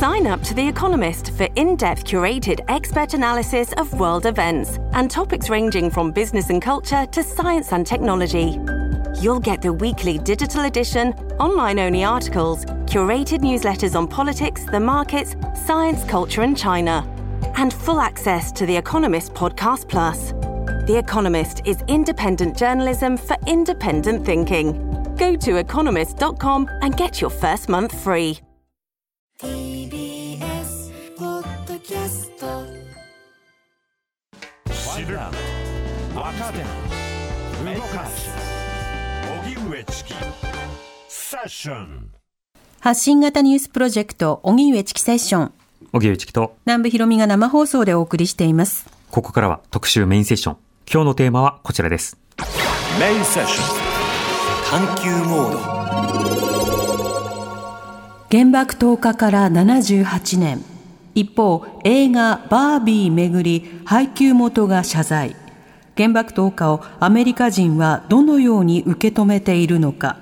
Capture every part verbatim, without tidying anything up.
Sign up to The Economist for in-depth curated expert analysis of world events and topics ranging from business and culture to science and technology. You'll get the weekly digital edition, online-only articles, curated newsletters on politics, the markets, science, culture and China, and full access to The Economist Podcast Plus. The Economist is independent journalism for independent thinking. Go to economist dot com and get your first month free. ティービーエス ポッドキャスト知る若手動かす荻上チキセッション。 発信型ニュースプロジェクト荻上チキセッション、 荻上チキと南部ひろみが生放送でお送りしています。 ここからは特集メインセッション。今日のテーマはこちらです。 メインセッション探求モード。 原爆投下からななじゅうはちねん。一方、映画バービーめぐり配給元が謝罪。原爆投下をアメリカ人はどのように受け止めているのか。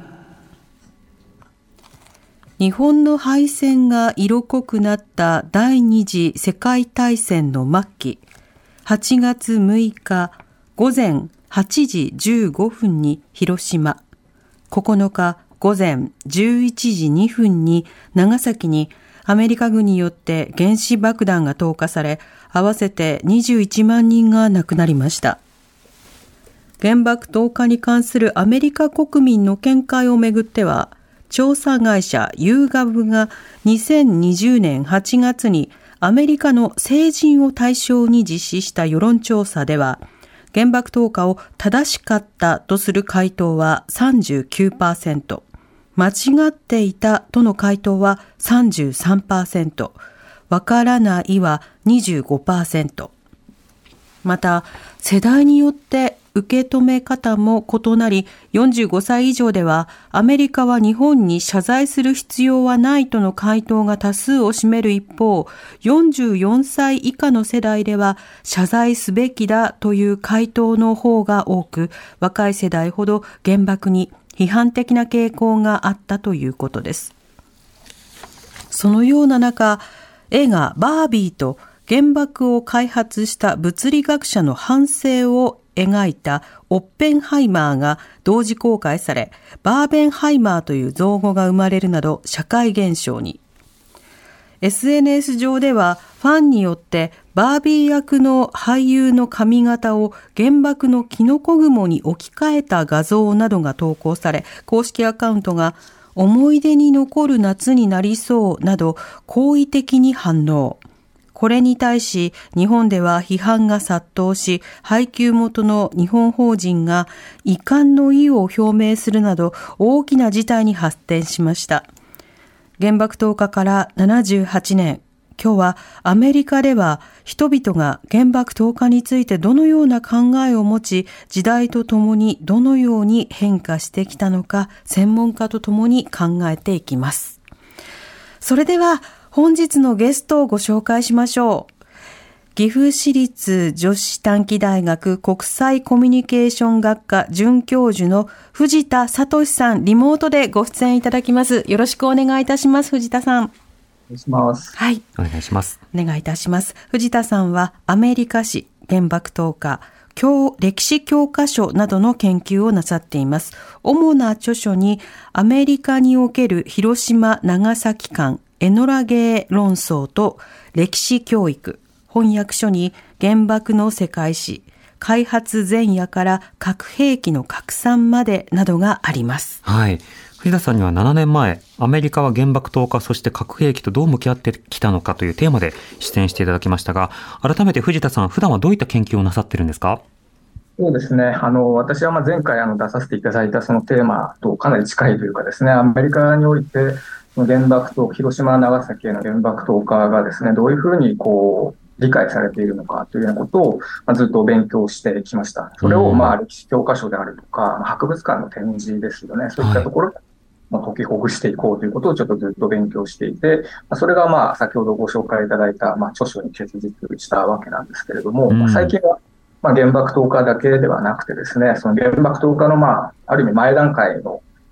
日本の敗戦が色濃くなった第二次世界大戦の末期、はちがつむいか午前はちじじゅうごふんに広島、ここのか午前じゅういちじにふんに長崎にアメリカ軍によって原子爆弾が投下され、合わせてにじゅういちまんにんが亡くなりました。原爆投下に関するアメリカ国民の見解をめぐっては、調査会社ユーガブがにせんにじゅうねんはちがつにアメリカの成人を対象に実施した世論調査では、原爆投下を正しかったとする回答は さんじゅうきゅうパーセント、間違っていたとの回答は さんじゅうさんパーセント、わからないは にじゅうごパーセント。また、世代によって受け止め方も異なり、よんじゅうごさい以上ではアメリカは日本に謝罪する必要はないとの回答が多数を占める一方、よんじゅうよんさい以下の世代では謝罪すべきだという回答の方が多く、若い世代ほど原爆に批判的な傾向があったということです。そのような中、映画バービーと原爆を開発した物理学者の反省を描いたオッペンハイマーが同時公開され、バーベンハイマーという造語が生まれるなど社会現象に。エスエヌエス 上ではファンによってバービー役の俳優の髪型を原爆のキノコ雲に置き換えた画像などが投稿され、公式アカウントが思い出に残る夏になりそうなど好意的に反応。これに対し日本では批判が殺到し、配給元の日本法人が遺憾の意を表明するなど大きな事態に発展しました。原爆投下からななじゅうはちねん、今日はアメリカでは人々が原爆投下についてどのような考えを持ち、時代とともにどのように変化してきたのか、専門家とともに考えていきます。それでは本日のゲストをご紹介しましょう。岐阜市立女子短期大学国際コミュニケーション学科准教授の藤田聡さん、リモートでご出演いただきます。よろしくお願いいたします。藤田さん。 お願いします。 はい。 お願いします。 お願いいたします。藤田さんはアメリカ史、原爆投下、教歴史教科書などの研究をなさっています。主な著書にアメリカにおける広島・長崎間エノラゲー論争と歴史教育、翻訳書に原爆の世界史、開発前夜から核兵器の拡散までなどがあります。 はい。藤田さんにはななねんまえ、アメリカは原爆投下、そして核兵器とどう向き合ってきたのかというテーマで出演していただきましたが、改めて藤田さん、普段はどういった研究をなさっているんですか？ そうですね。あの、私はまあ前回あの出させていただいたそのテーマとかなり近いというかですね、アメリカにおいて原爆と広島、長崎への原爆投下がですね、どういうふうにこう理解されているのかというようなことを、まあ、ずっと勉強してきました。それをまあ歴史教科書であるとか、博物館の展示ですよね。そういったところで、まあ、解きほぐしていこうということをちょっとずっと勉強していて、まあ、それがまあ先ほどご紹介いただいたまあ著書に結実したわけなんですけれども、まあ、最近はまあ原爆投下だけではなくてですね、その原爆投下のまあある意味前段階の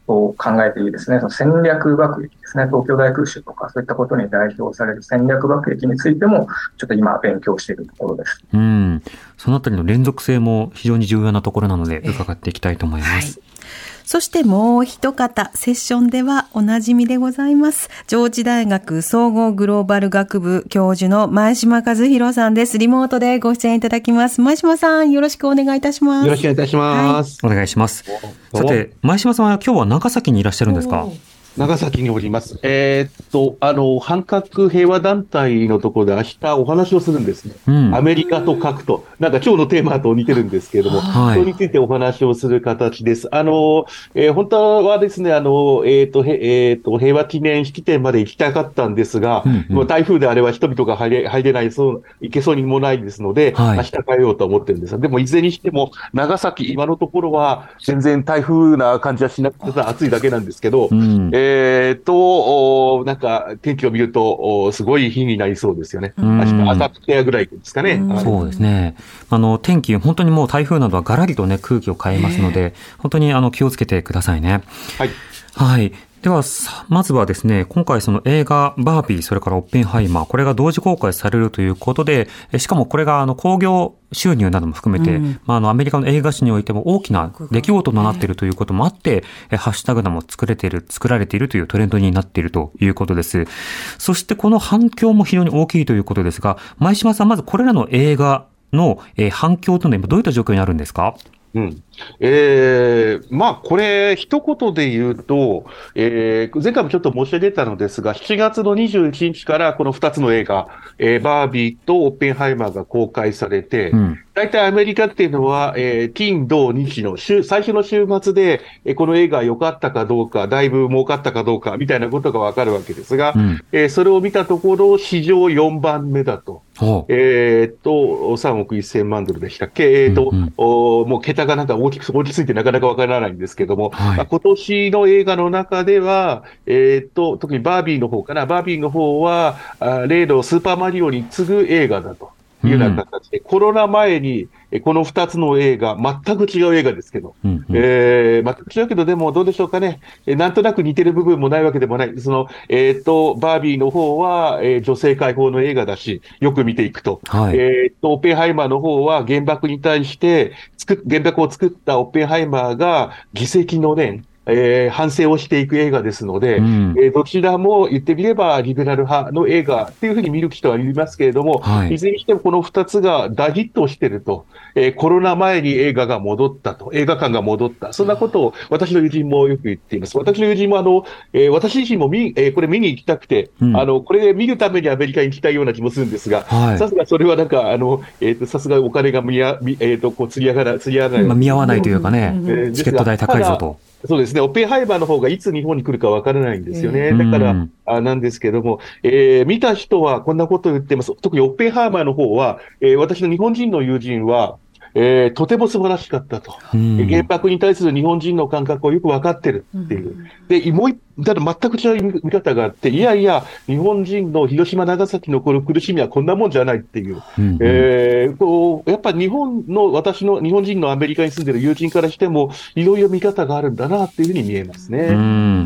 と考えていいですね、その戦略爆撃ですね、東京大空襲とかそういったことに代表される戦略爆撃についても、ちょっと今勉強しているところです。 うん、そのあたりの連続性も非常に重要なところなので、伺っていきたいと思います。はい、 そしてもう一方、セッションではおなじみでございます。上智大学総合グローバル学部教授の前島和弘さんです。リモートでご出演いただきます。前島さん、よろしくお願いいたします。 よろしくお願いいたします。 はい、お願いします。さて、前島さんは今日は長崎にいらっしゃるんですか？ 長崎におります。えー、っと、あの、反核平和団体のところで明日お話をするんですね。うん、アメリカと核と。なんか今日のテーマと似てるんですけれども、はい、それについてお話をする形です。あの、えー、本当はですね、あの、えー、っと、えー、っと、平和記念式典まで行きたかったんですが、うんうん、もう台風であれは人々が入れ、入れない、そう、行けそうにもないですので、はい、明日帰ろうと思ってるんです。でも、いずれにしても、長崎、今のところは全然台風な感じはしなくて、暑いだけなんですけど、うん、えー、っと、なんか天気を見るとすごい日になりそうですよね。明日、明後日ぐらいですかね。 うん、そうですね。あの天気、本当にもう台風などはガラリとね空気を変えますので、本当にあの気をつけてくださいね。 はい。 はい。では、まずはですね、今回その映画バービー、それからオッペンハイマー、これが同時公開されるということで、しかもこれがあの興行収入なども含めて、うん、まあ、あのアメリカの映画史においても大きな出来事となっているということもあって、えハッシュタグなども作れている、作られているというトレンドになっているということです。そしてこの反響も非常に大きいということですが、前島さん、まずこれらの映画の、えー、反響というのは今どういった状況にあるんですか？ うん。えー、まあ、これ、一言で言うと、えー、前回もちょっと申し上げたのですが、しちがつのにじゅういちにちからこのふたつの映画、えー、バービーとオッペンハイマーが公開されて、うん、大体アメリカっていうのは、えー、金、土、日の週、最初の週末で、えー、この映画良かったかどうか、だいぶ儲かったかどうか、みたいなことがわかるわけですが、うん、えー、それを見たところ、史上よんばんめだと。えー、っと、さんおくせんまんドルでしたっけ？えー、っと、うんうん、おもう桁がなんか大きく、大きすぎてなかなかわからないんですけども、はい、まあ、今年の映画の中では、えー、っと、特にバービーの方かな、バービーの方は、あ例のスーパーマリオに次ぐ映画だというような形で、うん、コロナ前に、この二つの映画、全く違う映画ですけど、うんうん、えー、全く違うけど、でもどうでしょうかね、なんとなく似てる部分もないわけでもない。その、えっと、バービーの方は、えー、女性解放の映画だし、よく見ていくと。はい、えっと、オッペンハイマーの方は原爆に対して、作原爆を作ったオッペンハイマーが、議席のね、えー、反省をしていく映画ですので、うん、えー、どちらも言ってみればリベラル派の映画っていうふうに見る人はいますけれども、はい、いずれにしてもこの二つが大ヒットしてると、えー、コロナ前に映画が戻ったと、映画館が戻った、そんなことを私の友人もよく言っています。私の友人もあの、えー、私自身も見、えー、これ見に行きたくて、うん、あの、これ見るためにアメリカに行きたいような気もするんですが、さすがそれはなんか、あの、えっと、さすがお金が見や、えっと、こう、釣り上がら、釣り上がらない。 まあ、見合わないというかね、えー、チケット代高いぞと。 そうですね。オッペンハイマーの方がいつ日本に来るかわからないんですよね。だから、あなんですけども、えー、見た人はこんなことを言ってます。特にオッペンハイマーの方は、えー、私の日本人の友人は、えー、とても素晴らしかったと。原爆に対する日本人の感覚をよく分かってるっていう。で、もう一、だから全く違う見方があって、いやいや、日本人の広島、長崎のこの苦しみはこんなもんじゃないっていう。うんうん、えー、こう、やっぱ日本の、私の日本人のアメリカに住んでる友人からしても、いろいろ見方があるんだなっていうふうに見えますね。 うん、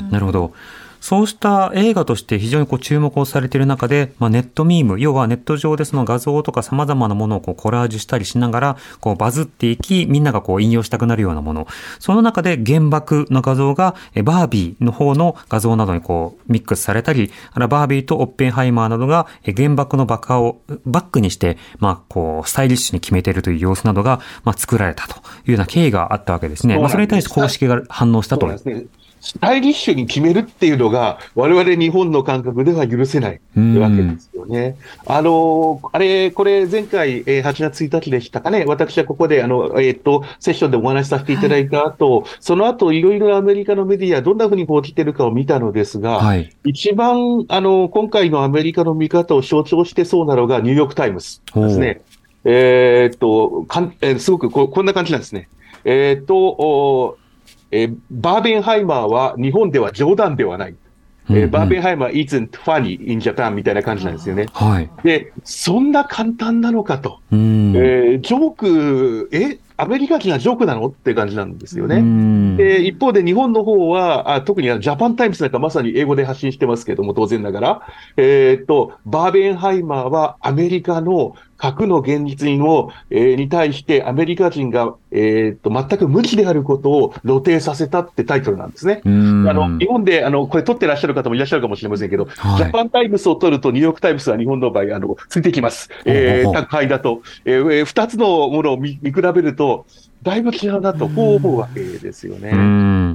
なるほど。そうした映画として非常にこう注目をされている中で、まあ、ネットミーム、要はネット上でその画像とか様々なものをこうコラージュしたりしながらこうバズっていき、みんながこう引用したくなるようなもの。その中で原爆の画像がバービーの方の画像などにこうミックスされたり、あらバービーとオッペンハイマーなどが原爆の爆破をバックにして、まあこうスタイリッシュに決めているという様子などがまあ作られたというような経緯があったわけですね。まあそれに対して公式が反応したと。 スタイリッシュに決めるっていうのが、我々日本の感覚では許せないわけですよね。あの、あれ、これ前回、えー、はちがつついたちでしたかね。私はここで、あの、えー、っと、セッションでお話しさせていただいた後、はい、その後、いろいろアメリカのメディア、どんなふうに報じてるかを見たのですが、はい、一番、あの、今回のアメリカの見方を象徴してそうなのが、ニューヨークタイムズですね。えー、っと、かん、えー、すごくこ、こんな感じなんですね。えー、っと、えー、バーベンハイマーは日本では冗談ではない。うんうん、えー、バーベンハイマー isn't funny in Japan みたいな感じなんですよね。 はい。 で、そんな簡単なのかと。うん、えー、ジョーク、え、 アメリカ人はジョークなのって感じなんですよね。で、一方で日本の方は、あ特にジャパンタイムズなんかまさに英語で発信してますけども、当然ながら、えー、っと、バーベンハイマーはアメリカの核の現実を、えー、に対してアメリカ人が、えー、っと、全く無知であることを露呈させたってタイトルなんですね。あの、日本で、あの、これ撮ってらっしゃる方もいらっしゃるかもしれませんけど、はい、ジャパンタイムズを撮るとニューヨークタイムズは日本の場合、あの、ついてきます。えー、宅配だと、えー、二つのものを見、見比べると、だいぶ違うなと、こう思うわけですよね。 うん、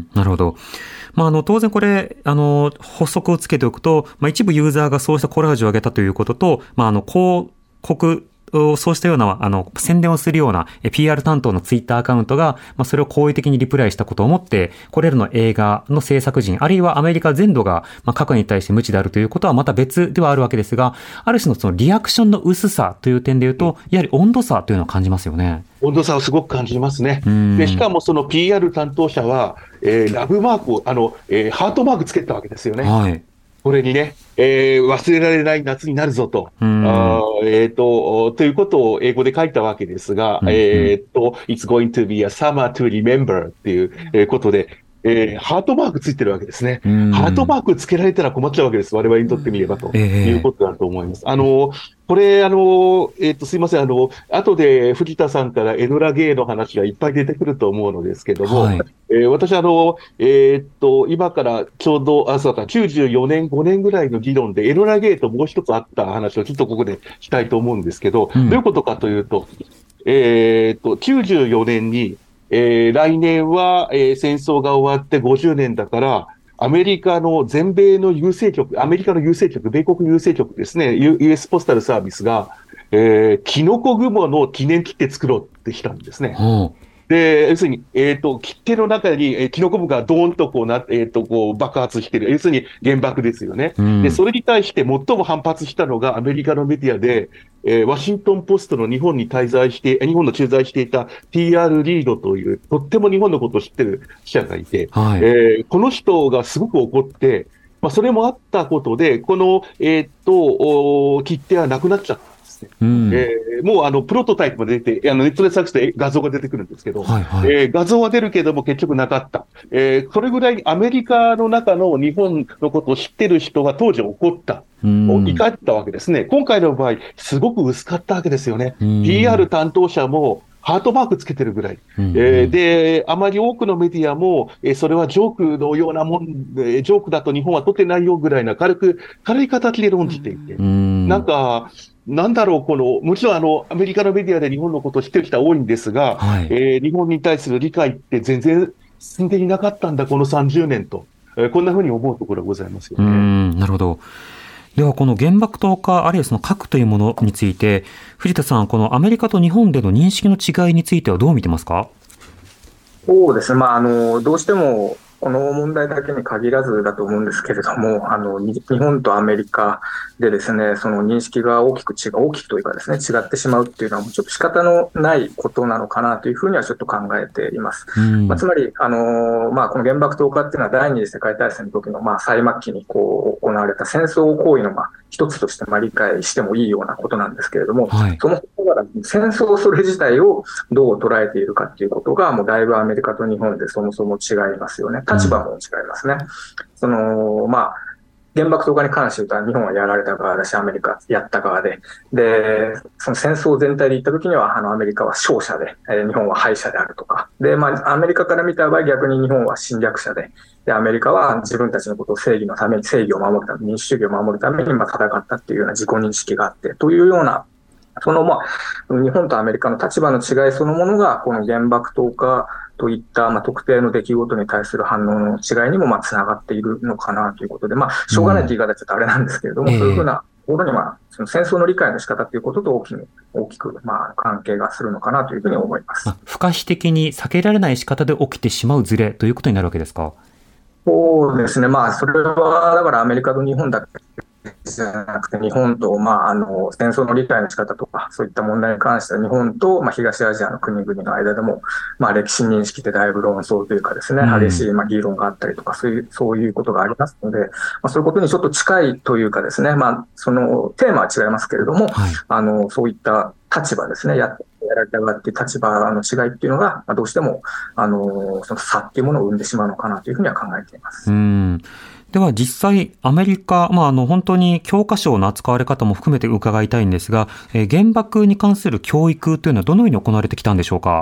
なるほど。まあ、あの、当然これ、あの、補足をつけておくと、まあ、一部ユーザーがそうしたコラージュを上げたということと、まあ、あの、広告、そうしたような、あの、宣伝をするような ピーアール 担当のツイッターアカウントが、まあ、それを好意的にリプライしたことをもって、これらの映画の制作人、あるいはアメリカ全土が、まあ、核に対して無知であるということはまた別ではあるわけですが、ある種のそのリアクションの薄さという点で言うと、やはり温度差というのを感じますよね。 温度差をすごく感じますね。で、しかもその ピーアール 担当者は、えー、ラブマークを、あの、えー、ハートマークつけたわけですよね。はい。これにね、えー、忘れられない夏になるぞと、あえっ、ー、と、ということを英語で書いたわけですが、うんうん、えっ、ー、と、It's going to be a summer to remember っていうことで、えー、ハートマークついてるわけですね。ハートマークつけられたら困っちゃうわけです。我々にとってみればということだと思います。えー、あの、これ、あの、えっ、ー、と、すいません。あの、後で藤田さんからエノラゲーの話がいっぱい出てくると思うのですけども、はい、えー、私、あの、えっ、ー、と、今からちょうど、あ、そうか、きゅうじゅうよねん、ごねんぐらいの議論でエノラゲーともう一つあった話をちょっとここでしたいと思うんですけど、うん、どういうことかというと、えっ、ー、と、きゅうじゅうよねんに、えー、来年は、えー、戦争が終わってごじゅうねんだから、アメリカの全米の郵政局、アメリカの郵政局、米国郵政局ですね、ユーエス ポスタルサービスが、えー、キノコ雲の記念切手作ろうってしたんですね。うんで、要するに、えっと、切手の中に、えー、キノコ雲がドーンとこうな、えっと、こう爆発してる。要するに原爆ですよね。うん、で、それに対して最も反発したのがアメリカのメディアで、えー、ワシントンポストの日本に滞在して、日本の駐在していた ティーアール リードという、とっても日本のことを知ってる記者がいて、はい、えー、この人がすごく怒って、まあ、それもあったことで、この、えっと、切手はなくなっちゃった。うんえー、もうあのプロトタイプも出て、あのネットで探すと画像が出てくるんですけど、はいはいえー、画像は出るけども結局なかった、えー。それぐらいアメリカの中の日本のことを知ってる人が当時怒った。怒ったわけですね。今回の場合、すごく薄かったわけですよね。ピーアール 担当者もハートマークつけてるぐらい。うんうんえー、で、あまり多くのメディアも、えー、それはジョークのようなもん、えー、ジョークだと日本は取ってないよぐらいな軽く、軽い形で論じていて。うんなんか、なんだろう、この、もちろんあの、アメリカのメディアで日本のことを知ってる人は多いんですが、はいえー、日本に対する理解って全然進んでいなかったんだ、このさんじゅうねんと。えー、こんなふうに思うところがございますよね。 うんなるほど。ではこの原爆投下あるいはその核というものについて藤田さん、このアメリカと日本での認識の違いについてはどう見てますか？ そうですね、まあ、あのどうしてもこの問題だけに限らずだと思うんですけれども、あの日本とアメリカでですね、その認識が大きく違う、大きくというかですね、違ってしまうっていうのはちょっと仕方のないことなのかなというふうにはちょっと考えています。うんまあ、つまり、あのまあ、この原爆投下っていうのは第二次世界大戦の時のまあ最末期にこう行われた戦争行為のまあ一つとしてまあ理解してもいいようなことなんですけれども、はい、その方が戦争それ自体をどう捉えているかということがもうだいぶアメリカと日本でそもそも違いますよね。立場も違いますね。うん、そのまあ原爆投下に関して言うと日本はやられた側だしアメリカやった側で、でその戦争全体で言った時にはあのアメリカは勝者で、えー、日本は敗者であるとかで、まあ、アメリカから見た場合逆に日本は侵略者で、でアメリカは自分たちのことを正義のために正義を守るために民主主義を守るためにまあ戦ったっていうような自己認識があってというようなそのまあ日本とアメリカの立場の違いそのものがこの原爆投下といったまあ特定の出来事に対する反応の違いにもまあつながっているのかなということで、まあしょうがないという言い方はちょっとあれなんですけれども、うん、そういうふうなところにまあその戦争の理解の仕方ということと大きく大きくまあ関係がするのかなというふうに思います。 不可避的に避けられない仕方で起きてしまうズレということになるわけですか？ そうですね、まあそれはだからアメリカと日本だけじゃなくて、日本と、まあ、あの戦争の理解の仕方とか、そういった問題に関しては、日本と、まあ、東アジアの国々の間でも、まあ、歴史認識でだいぶ論争というかですね、激しい、まあ、議論があったりとか、そういう、そういうことがありますので、まあ、そういうことにちょっと近いというかですね、まあ、そのテーマは違いますけれども、はい、あのそういった立場ですね、ややられた側っていう立場の違いっていうのが、まあ、どうしてもあのその差っていうものを生んでしまうのかなというふうには考えています。 うん。では実際アメリカ、まあ、あの本当に教科書の扱われ方も含めて伺いたいんですが、えー、原爆に関する教育というのはどのように行われてきたんでしょうか。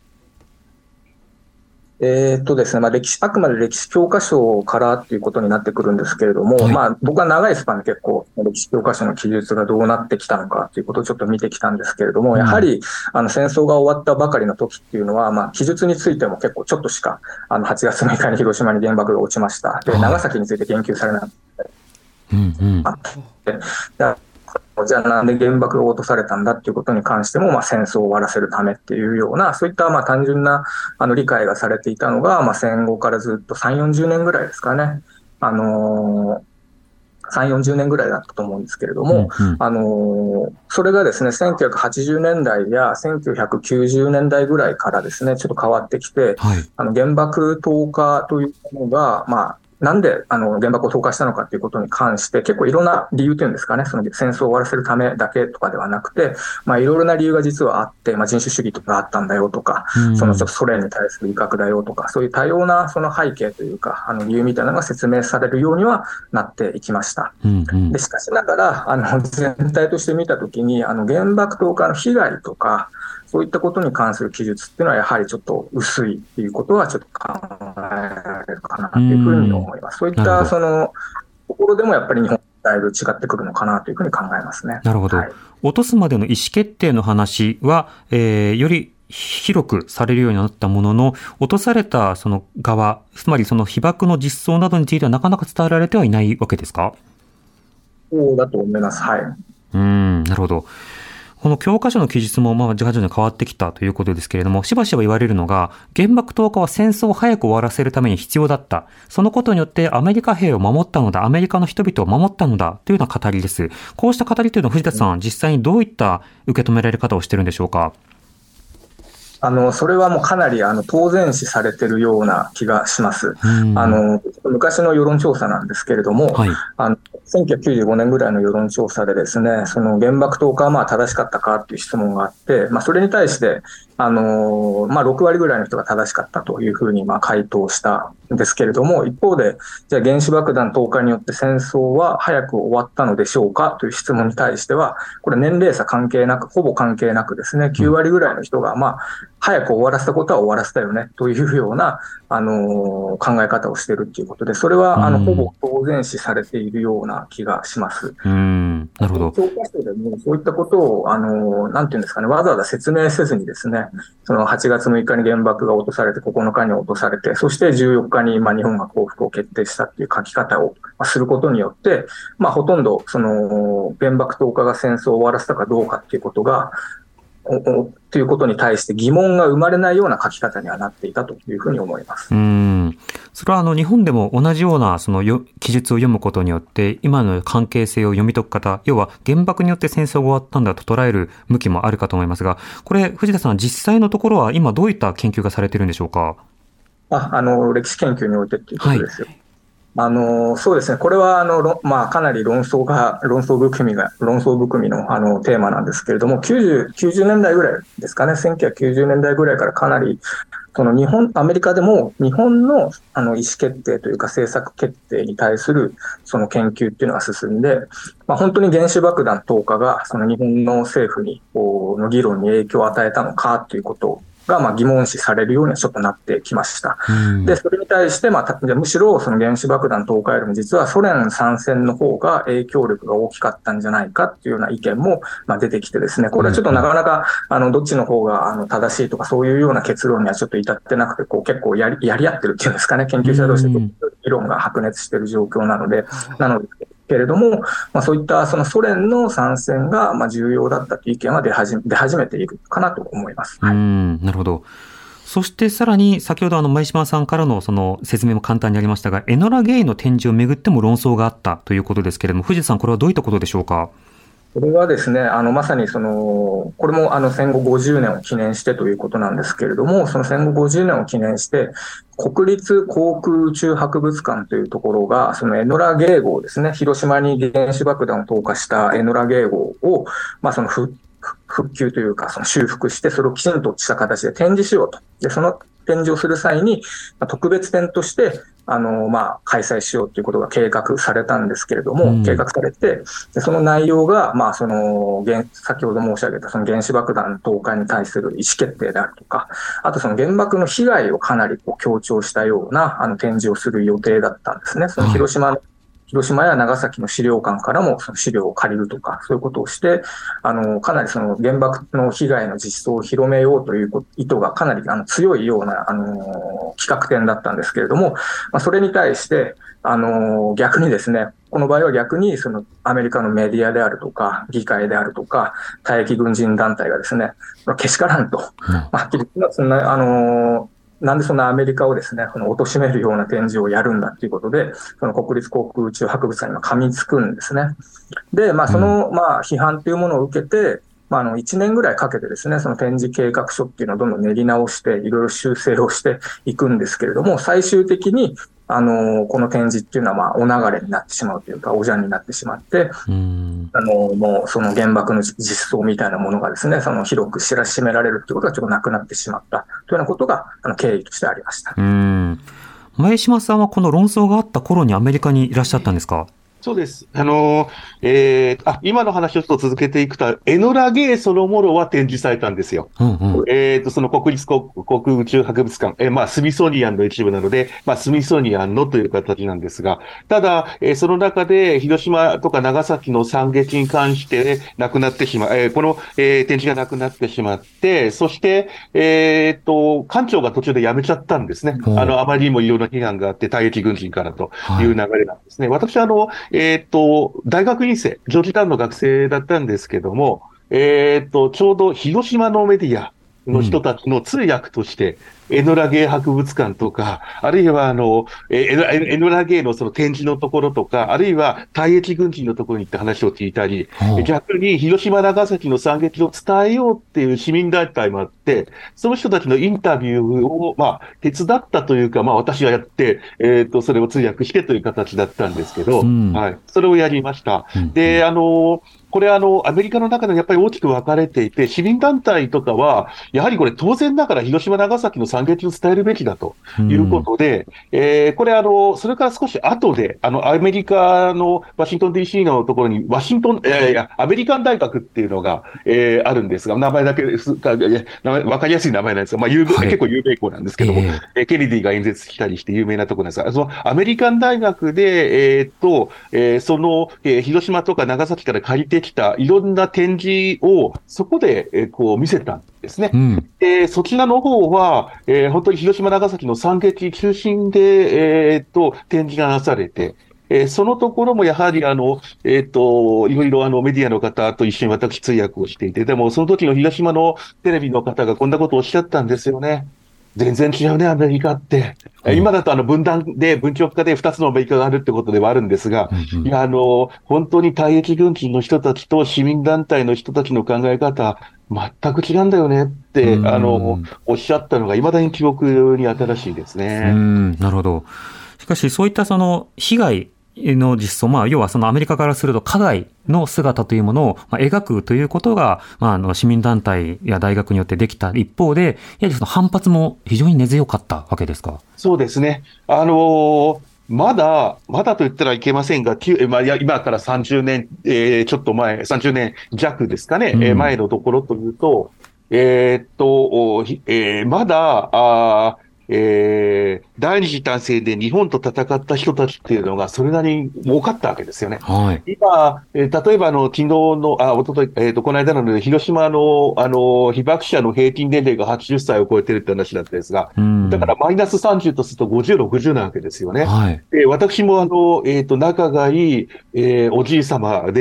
えーっとですね、まあ、歴史、あくまで歴史教科書からっていうことになってくるんですけれども、はい、まあ、僕は長いスパンで結構、歴史教科書の記述がどうなってきたのかということをちょっと見てきたんですけれども、うん、やはり、あの、戦争が終わったばかりの時っていうのは、まあ、記述についても結構ちょっとしか、あの、はちがつむいかに広島に原爆が落ちました。で、長崎について言及されなかった。うんうん。でじゃあなんで原爆が落とされたんだっていうことに関しても、まあ、戦争を終わらせるためっていうような、そういったまあ単純なあの理解がされていたのが、まあ、戦後からずっとさんじゅう、よんじゅうねんぐらいですかね。あのー、さんじゅう、よんじゅうねんぐらいだったと思うんですけれども、うんうん、あのー、それがですね、せんきゅうひゃくはちじゅうねんだいやせんきゅうひゃくきゅうじゅうねんだいぐらいからですね、ちょっと変わってきて、はい、あの原爆投下というものが、まあ、なんであの原爆を投下したのかということに関して結構いろんな理由というんですかね、その戦争を終わらせるためだけとかではなくて、まあ、いろいろな理由が実はあって、まあ、人種主義とかあったんだよとか、うん、そのちょっとソ連に対する威嚇だよとか、そういう多様なその背景というかあの理由みたいなのが説明されるようにはなっていきました。うんうん、でしかしながらあの全体として見たときにあの原爆投下の被害とかそういったことに関する記述っていうのはやはりちょっと薄いっていうことはちょっと考えられるかなというふうに思います。そういったそのところでもやっぱり日本だいぶ違ってくるのかなというふうに考えますね。 なるほど。はい、落とすまでの意思決定の話は、えー、より広くされるようになったものの、落とされたその側、つまりその被爆の実相などについてはなかなか伝えられてはいないわけですか？ そうだと思います。はい。 うーん、なるほど。この教科書の記述もまあ徐々に変わってきたということですけれども、しばしば言われるのが、原爆投下は戦争を早く終わらせるために必要だった。そのことによってアメリカ兵を守ったのだ、アメリカの人々を守ったのだというような語りです。こうした語りというのは藤田さん、実際にどういった受け止められ方をしているんでしょうか？ あのそれはもうかなりあの当然視されているような気がします。あの昔の世論調査なんですけれども、はい、あのせんきゅうひゃくきゅうじゅうごねんぐらいの世論調査でですね、その原爆投下はまあ正しかったかという質問があって、まあ、それに対してあの、まあ、ろくわりぐらいの人が正しかったというふうにまあ回答したんですけれども、一方でじゃあ原子爆弾投下によって戦争は早く終わったのでしょうかという質問に対しては、これ年齢差関係なく、ほぼ関係なくですね、きゅうわりぐらいの人がまあ早く終わらせたことは終わらせたよねというような、あのー、考え方をしているということで、それはあのほぼ当然視されているような気がします。 うん、なるほど。 教科書でもそういったことを、あのー、なんていうんですかね、わざわざ説明せずにですね、そのはちがつむいかに原爆が落とされて、ここのかに落とされて、そしてじゅうよっかにまあ日本が降伏を決定したっていう書き方をすることによって、まあほとんどその原爆投下が戦争を終わらせたかどうかっていうことが、ということに対して疑問が生まれないような書き方にはなっていたというふうに思います。 うーん、それはあの日本でも同じようなその記述を読むことによって今の関係性を読み解く方、要は原爆によって戦争が終わったんだと捉える向きもあるかと思いますが、これ藤田さん、実際のところは今どういった研究がされているんでしょうか？ あ、あの歴史研究においてということですよ。はい、あのそうですね、これはあの、まあ、かなり論争が論争含みが論争含みのあのテーマなんですけれども、きゅうじゅう、きゅうじゅうねんだいぐらいですかね、せんきゅうひゃくきゅうじゅうねんだいぐらいからかなりその日本アメリカでも日本のあの意思決定というか政策決定に対するその研究っていうのが進んで、まあ、本当に原子爆弾投下がその日本の政府にこうの議論に影響を与えたのかということをがまあ疑問視されるようにはちょっとなってきました。で、それに対して、まあ、むしろその原子爆弾投下よりも実はソ連参戦の方が影響力が大きかったんじゃないかっていうような意見もまあ出てきてですね、これはちょっとなかなかあのどっちの方があの正しいとかそういうような結論にはちょっと至ってなくて、こう結構やり、やり合ってるっていうんですかね、研究者同士で議論が白熱している状況なので、なのでけれども、まあ、そういったそのソ連の参戦がまあ重要だったという意見は出始め、出始めているかなと思います。 はい、うん、なるほど。 そしてさらに先ほどあの前島さんからのその説明も簡単にありましたが、エノラ・ゲイの展示をめぐっても論争があったということですけれども、藤田さん、これはどういったことでしょうか。 これはですね、あのまさにそのこれもあの戦後ごじゅうねんを記念してということなんですけれども、その戦後ごじゅうねんを記念して国立航空宇宙博物館というところが、そのエノラ・ゲイ号ですね、広島に原子爆弾を投下したエノラ・ゲイ号を、まあ、その復復旧というか、その修復して、それをきちんとした形で展示しようと。で、その展示をする際に、まあ、特別展として、あの、まあ、開催しようということが計画されたんですけれども、うん、計画されて、でその内容が、まあ、その、先ほど申し上げた、その原子爆弾投下に対する意思決定であるとか、あとその原爆の被害をかなりこう強調したような、あの、展示をする予定だったんですね。その広島の、うん広島や長崎の資料館からもその資料を借りるとか、そういうことをして、あの、かなりその原爆の被害の実相を広めようという意図がかなりあの強いような、あの、企画展だったんですけれども、まあ、それに対して、あの、逆にですね、この場合は逆にそのアメリカのメディアであるとか、議会であるとか、退役軍人団体がですね、けしからんと、はっきり言ってそんな、あの、なんでそんなアメリカをですね、この貶めるような展示をやるんだということで、その国立航空宇宙博物館には噛みつくんですね。で、まあその、まあ批判というものを受けて、まああのいちねんぐらいかけてですね、その展示計画書っていうのをどんどん練り直して、いろいろ修正をしていくんですけれども、最終的に、あの、この展示っていうのは、まあ、お流れになってしまうというか、おじゃんになってしまって、うんあの、もう、その原爆の実相みたいなものがですね、その広く知らしめられるということがちょっとなくなってしまったというようなことが、あの、経緯としてありました。 うん前島さんはこの論争があった頃にアメリカにいらっしゃったんですか？ そうです。あのー、えー、あ、今の話をちょっと続けていくと、エノラ・ゲイそのものは展示されたんですよ。うんうん、えっと、その国立航空宇宙博物館、えー、まあ、スミソニアンの一部なので、まあ、スミソニアンのという形なんですが、ただ、えー、その中で、広島とか長崎の惨劇に関して、ね、亡くなってしまう、えー、この、えー、展示がなくなってしまって、そして、えっと、館長が途中で辞めちゃったんですね。あの、あまりにもいろんな批判があって、退役軍人からという流れなんですね。はい、私は、あの、えっと、大学院生、ジョージタウンの学生だったんですけども、えっと、ちょうど広島のメディアの人たちの通訳として、うん、エノラ・ゲイ博物館とか、あるいはあの、エノラ・ゲイのその展示のところとか、あるいは退役軍人のところに行って話を聞いたり、うん、逆に広島、長崎の惨劇を伝えようっていう市民団体もあって、その人たちのインタビューを、まあ、手伝ったというか、まあ、私はやって、えっと、それを通訳してという形だったんですけど、うん、はい。それをやりました。うん、で、あの、これあの、アメリカの中でやっぱり大きく分かれていて、市民団体とかは、やはりこれ当然ながら広島、長崎の惨劇を伝えるべきだということで、うん、えー、これあの、それから少し後で、あの、アメリカのワシントン ディーシー のところに、ワシントン、えー、いや、アメリカン大学っていうのが、えー、あるんですが、名前だけですか、名前、わかりやすい名前なんですが、まあ、有名、はい、結構有名校なんですけども、えー、ケネディが演説したりして有名なところなんですが、そのアメリカン大学で、えー、っと、えー、その、えー、広島とか長崎から借りてきたいろんな展示をそこで、えー、こう見せたんですね。うん、でそちらの方は、えー、本当に広島、長崎の惨劇中心で、えー、っと展示がなされて、えー、そのところもやはりあの、えー、っといろいろあのメディアの方と一緒に私通訳をしていて、でもその時の広島のテレビの方がこんなことをおっしゃったんですよね。全然違うね、アメリカって。うん、今だとあの分断で、分極化で二つのアメリカがあるってことではあるんですが、うんうん、いや、あの、本当に退役軍人の人たちと市民団体の人たちの考え方、全く違うんだよねって、あの、おっしゃったのが未だに記憶に新しいですね。 うん、なるほど。しかし、そういったその被害の実相、まあ、要はそのアメリカからすると加害の姿というものを、まあ、描くということが、まあ、あの市民団体や大学によってできた一方で、やはりその反発も非常に根強かったわけですか？ そうですね。あのー、まだ、まだと言ったらいけませんが、まあ、今からさんじゅうねん、えー、ちょっと前、さんじゅうねん弱ですかね、うん、えー、前のところというと、えー、っと、えー、まだ、あえー、第二次大戦で日本と戦った人たちっていうのがそれなりに多かったわけですよね。はい、今、えー、例えばあの昨日の、あ、おととい、えっと、この間なので、広島の、あの、被爆者の平均年齢がはちじゅっさいを超えてるって話だったんですが、うん、だからマイナスさんじゅうとするとごじゅう、ろくじゅうなわけですよね。はい、で私もあの、えっと、仲がいい、えー、おじい様で、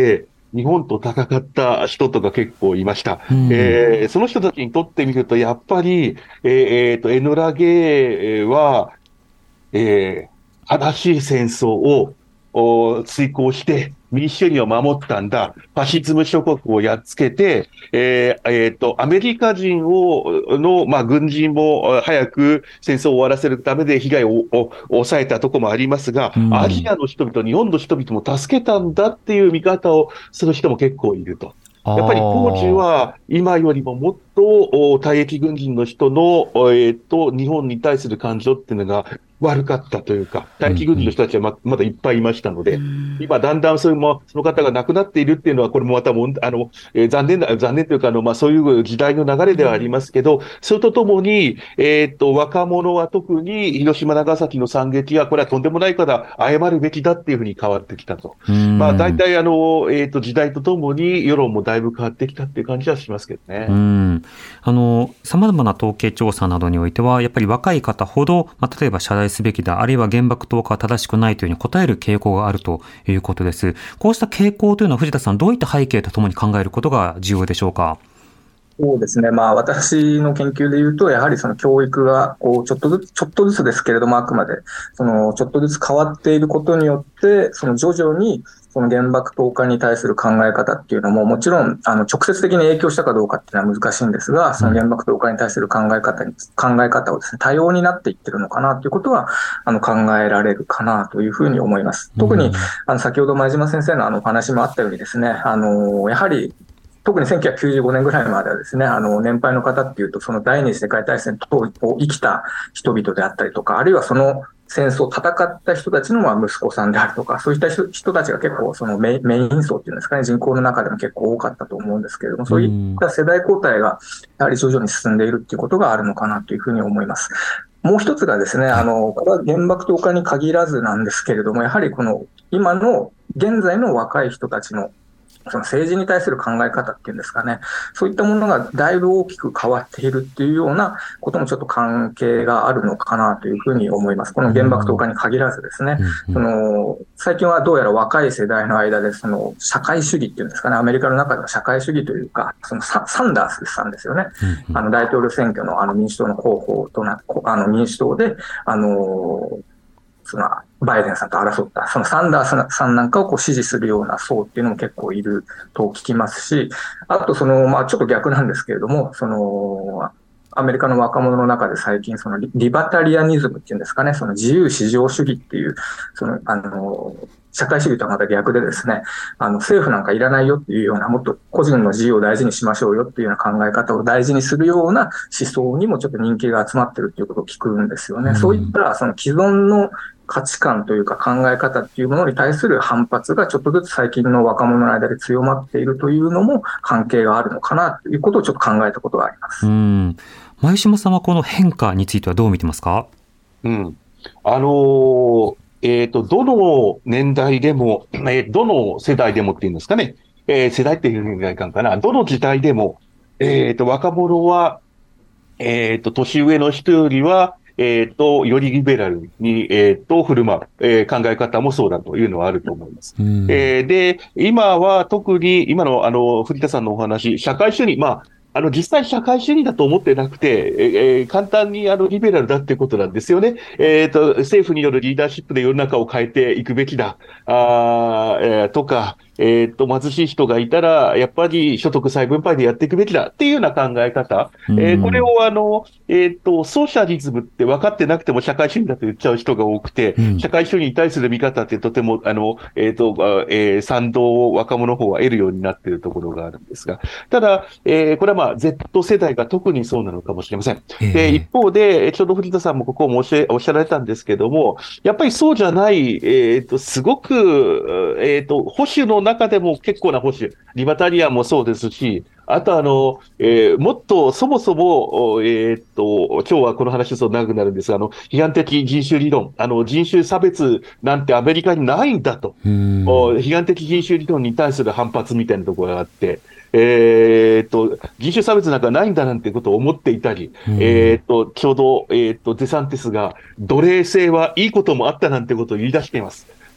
日本と戦った人とか結構いました。うん、えー、その人たちにとってみると、やっぱり、えーえー、と、エノラゲは、えー、正しい戦争を遂行して、民主主義を守ったんだ。ファシズム諸国をやっつけて、えー、えー、と、アメリカ人を、の、まあ、軍人も早く戦争を終わらせるためで被害を抑えたところもありますが、うん、アジアの人々、日本の人々も助けたんだっていう見方をする人も結構いると。やっぱり当時は今よりももっと退役軍人の人の、えー、と日本に対する感情っていうのが悪かったというか、退役軍人の人たちは ま, まだいっぱいいましたので、うん、今だんだんそういうもその方が亡くなっているっていうのは、これもまたもあの、えー、残念な、残念というかあの、まあ、そういう時代の流れではありますけど、うん、それとともに、えー、と若者は特に広島、長崎の惨劇は、これはとんでもないから謝るべきだっていうふうに変わってきたと。うん、まあ、大体あの、えー、と時代とともに世論もだいぶ変わってきたっていう感じはしますけどね。 うん、あの、様々な統計調査などにおいては、やっぱり若い方ほど、まあ、例えば謝罪すべきだ、あるいは原爆投下は正しくないというふうに答える傾向があるということです。こうした傾向というのは藤田さん、どういった背景とともに考えることが重要でしょうか。 そうですね。まあ私の研究で言うと、やはりその教育がこうちょっとずつ、ちょっとずつですけれども、あくまでそのちょっとずつ変わっていることによって、その徐々にその原爆投下に対する考え方っていうのも、もちろんあの直接的に影響したかどうかっていうのは難しいんですが、その原爆投下に対する考え方に、考え方をですね、多様になっていってるのかなということは、あの考えられるかなというふうに思います。特にあの先ほど前島先生のあのお話もあったようにですね、あのやはり特にせんきゅうひゃくきゅうじゅうごねんぐらいまではですね、あの、年配の方っていうと、その第二次世界大戦を生きた人々であったりとか、あるいはその戦争を戦った人たちのまあ息子さんであるとか、そういった人たちが結構そのメイン層っていうんですかね、人口の中でも結構多かったと思うんですけれども、そういった世代交代がやはり徐々に進んでいるっていうことがあるのかなというふうに思います。もう一つがですね、あの、これは原爆投下に限らずなんですけれども、やはりこの今の現在の若い人たちのその政治に対する考え方っていうんですかね、そういったものがだいぶ大きく変わっているっていうようなこともちょっと関係があるのかなというふうに思います。この原爆投下に限らずですね、うんうん、その最近はどうやら若い世代の間でその社会主義っていうんですかね、アメリカの中では社会主義というか、その サ, サンダースさんですよね、うんうん、あの大統領選挙のあの民主党の候補となあの民主党であのそのバイデンさんと争った、そのサンダースさんなんかをこう支持するような層っていうのも結構いると聞きますし、あとその、まあちょっと逆なんですけれども、その、アメリカの若者の中で最近そのリ, リバタリアニズムっていうんですかね、その自由市場主義っていう、その、あの、社会主義とはまた逆でですね、あの、政府なんかいらないよっていうような、もっと個人の自由を大事にしましょうよっていうような考え方を大事にするような思想にもちょっと人気が集まってるっていうことを聞くんですよね。うん、そういったその既存の価値観というか考え方っていうものに対する反発がちょっとずつ最近の若者の間で強まっているというのも関係があるのかなということをちょっと考えたことがあります。 うん。前島さんはこの変化についてはどう見てますか？ うん。あのー、えっと、どの年代でも、えー、どの世代でもっていうんですかね、えー、世代っていうふうにいかんかな、どの時代でも、えっと、若者は、えっと、年上の人よりは、えっと、よりリベラルに、えっと、振る舞う、えー、考え方もそうだというのはあると思います。えー、で、今は特に、今の、あの、藤田さんのお話、社会主義、まあ、あの、実際社会主義だと思ってなくて、えー、簡単にあの、リベラルだっていうことなんですよね。えっと、政府によるリーダーシップで世の中を変えていくべきだ、あー、えー、とか、えっと、貧しい人がいたら、やっぱり所得再分配でやっていくべきだっていうような考え方。えー、これをあの、えっと、ソーシャリズムって分かってなくても社会主義だと言っちゃう人が多くて、うん、社会主義に対する見方ってとても、あの、えっと、えー、賛同を若者の方は得るようになっているところがあるんですが、ただ、えー、これはまあ、Z 世代が特にそうなのかもしれません。で、一方で、ちょうど藤田さんもここをおっしゃ、おっしゃられたんですけども、やっぱりそうじゃない、えっと、すごく、えっと、保守の中でも結構な保守、リバタリアンもそうですし、あとあの、えー、もっとそもそも、えー、っと、今日はこの話そう長くなるんですが、あの、批判的人種理論、あの、人種差別なんてアメリカにないんだと、批判的人種理論に対する反発みたいなところがあって、えー、っと、人種差別なんかないんだなんてことを思っていたり、えー、っと、ちょうど、えー、っと、デサンティスが奴隷制はいいこともあったなんてことを言い出しています。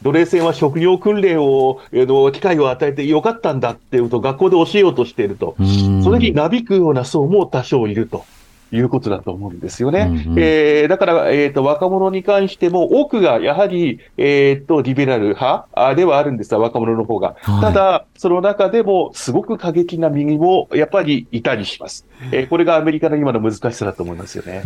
奴隷船は職業訓練を、えー、機会を与えてよかったんだっていうことを学校で教えようとしていると。それになびくような層も多少いると。いうことだと思うんですよね。うんうん、えー、だから、えーと、若者に関しても多くがやはり、えーと、リベラル派ではあるんですが、若者の方が。はい、ただ、その中でもすごく過激な右もやっぱりいたりします。えー、これがアメリカの今の難しさだと思いますよね。 うん、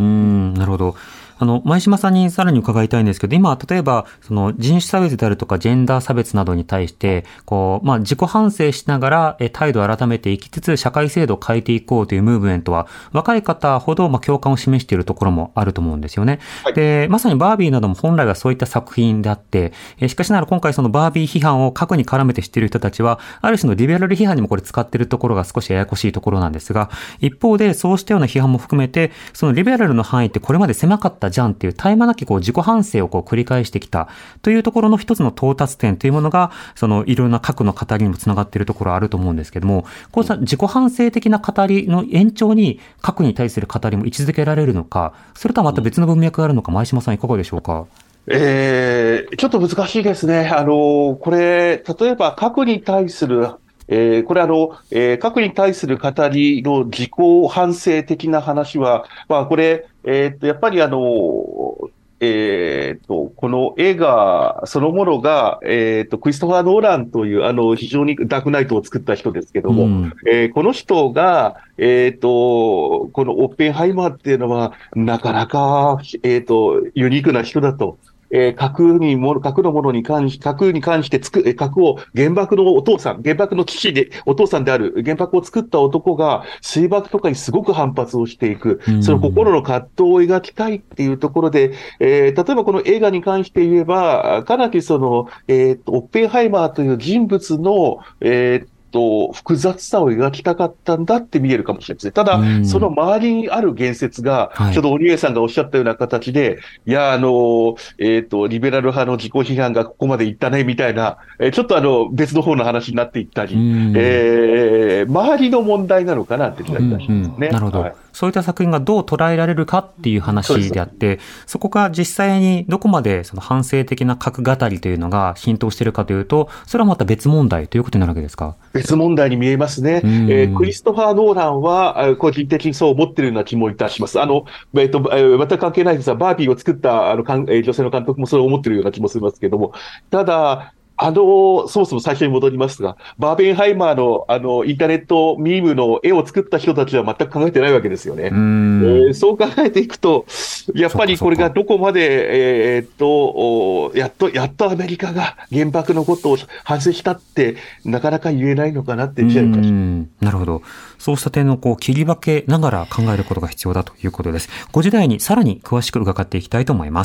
なるほど。あの、前島さんにさらに伺いたいんですけど、今、例えば、その人種差別であるとか、ジェンダー差別などに対して、こう、まあ、自己反省しながら、え、態度を改めていきつつ、社会制度を変えていこうというムーブメントは、若い方ほど、まあ、共感を示しているところもあると思うんですよね。はい、で、まさにバービーなども本来はそういった作品であって、え、しかしながら今回そのバービー批判を核に絡めてしている人たちは、ある種のリベラル批判にもこれ使っているところが少しややこしいところなんですが、一方で、そうしたような批判も含めて、そのリベラルの範囲ってこれまで狭かったじゃんっていうタイムなきこう自己反省をこう繰り返してきたというところの一つの到達点というものが、そのいろんな核の語りにもつながっているところあると思うんですけども、こうした自己反省的な語りの延長に核に対する語りも位置づけられるのか、それとはまた別の文脈があるのか、前島さんいかがでしょうか。 えー、ちょっと難しいですね。あの、これ、例えば核に対するえー、これあの、えー、核に対する語りの自己反省的な話は、まあこれ、えー、っと、やっぱりあの、えー、っと、この映画そのものが、えー、っと、クリストファー・ノーランという、あの、非常にダークナイトを作った人ですけども、うん、えー、この人が、えー、っと、このオッペンハイマーっていうのは、なかなか、えー、っと、ユニークな人だと。えー、核にも、核のものに関し、核に関してつく、核を原爆のお父さん、原爆の父で、お父さんである原爆を作った男が水爆とかにすごく反発をしていく、その心の葛藤を描きたいっていうところで、えー、例えばこの映画に関して言えば、かなりその、えー、オッペンハイマーという人物の、えーと複雑さを描きたかったんだって見えるかもしれないですね。ただ、その周りにある言説が、はい、ちょうど鬼上さんがおっしゃったような形で、いや、あの、えっと、リベラル派の自己批判がここまでいったね、みたいな、えちょっとあの、別の方の話になっていったり、えー、周りの問題なのかなって気がいたしますね。 なるほど、はい。そういった作品がどう捉えられるかっていう話であって、そ, そこが実際にどこまでその反省的な核語りというのが浸透しているかというと、それはまた別問題ということになるわけですか。 別問題に見えますね。えー、クリストファー・ノーランは個人的にそう思っているような気もいたします。あの、えっと、全く関係ないですが、バービーを作ったあの女性の監督もそれを思っているような気もしますけれども、ただ、あの、そもそも最初に戻りますが、バーベンハイマーの、あの、インターネットミームの絵を作った人たちは全く考えてないわけですよね。うん、えー、そう考えていくと、やっぱりこれがどこまで、えー、っと、やっと、やっとアメリカが原爆のことを反省したって、なかなか言えないのかなって言っちゃうかしら。 なるほど。そうした点のこう切り分けながら考えることが必要だということです。ごじ台にさらに詳しく伺っていきたいと思います。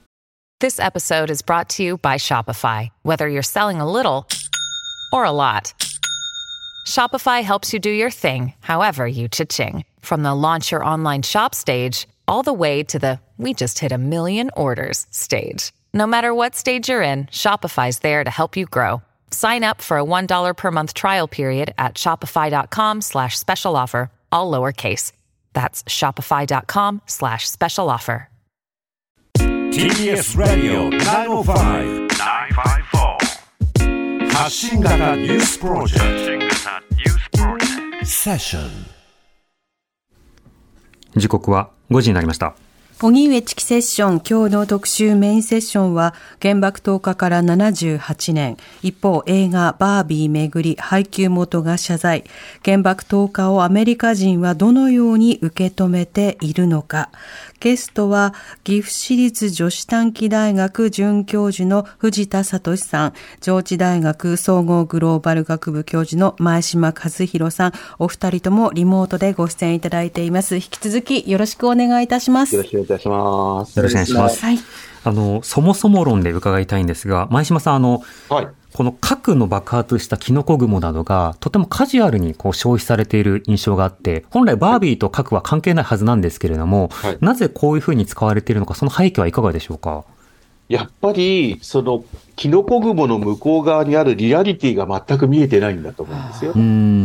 This episode is brought to you by Shopify. Whether you're selling a little or a lot, Shopify helps you do your thing, however you cha-ching. From the launch your online shop stage, all the way to the we just hit a million orders stage. No matter what stage you're in, Shopify's there to help you grow. Sign up for a one dollar per month trial period at shopify.com slash special offer, all lowercase. That's shopify.com slash special offer. ティービーエス Radio きゅうまるご きゅうごよん 発信型ニュースプロジェクトセッション。 時刻はごじになりました。 荻上チキセッション、今日の特集メインセッションは原爆投下からななじゅうはちねん。一方、映画バービーめぐり配給元が謝罪。原爆投下をアメリカ人はどのように受け止めているのか。ゲストは岐阜市立女子短期大学准教授の藤田聡さん、上智大学総合グローバル学部教授の前島和弘さん、お二人ともリモートでご出演いただいています。引き続きよろしくお願いいたします。 よろしくお願いいたします。 よろしくお願いします。はい、あのそもそも論で伺いたいんですが、前島さん、あの、はい、この核の爆発したキノコ雲などがとてもカジュアルにこう消費されている印象があって、本来バービーと核は関係ないはずなんですけれども、はい、なぜこういうふうに使われているのか、その背景はいかがでしょうか。 やっぱりそのキノコ雲の向こう側にあるリアリティが全く見えてないんだと思うんですよ。 うん。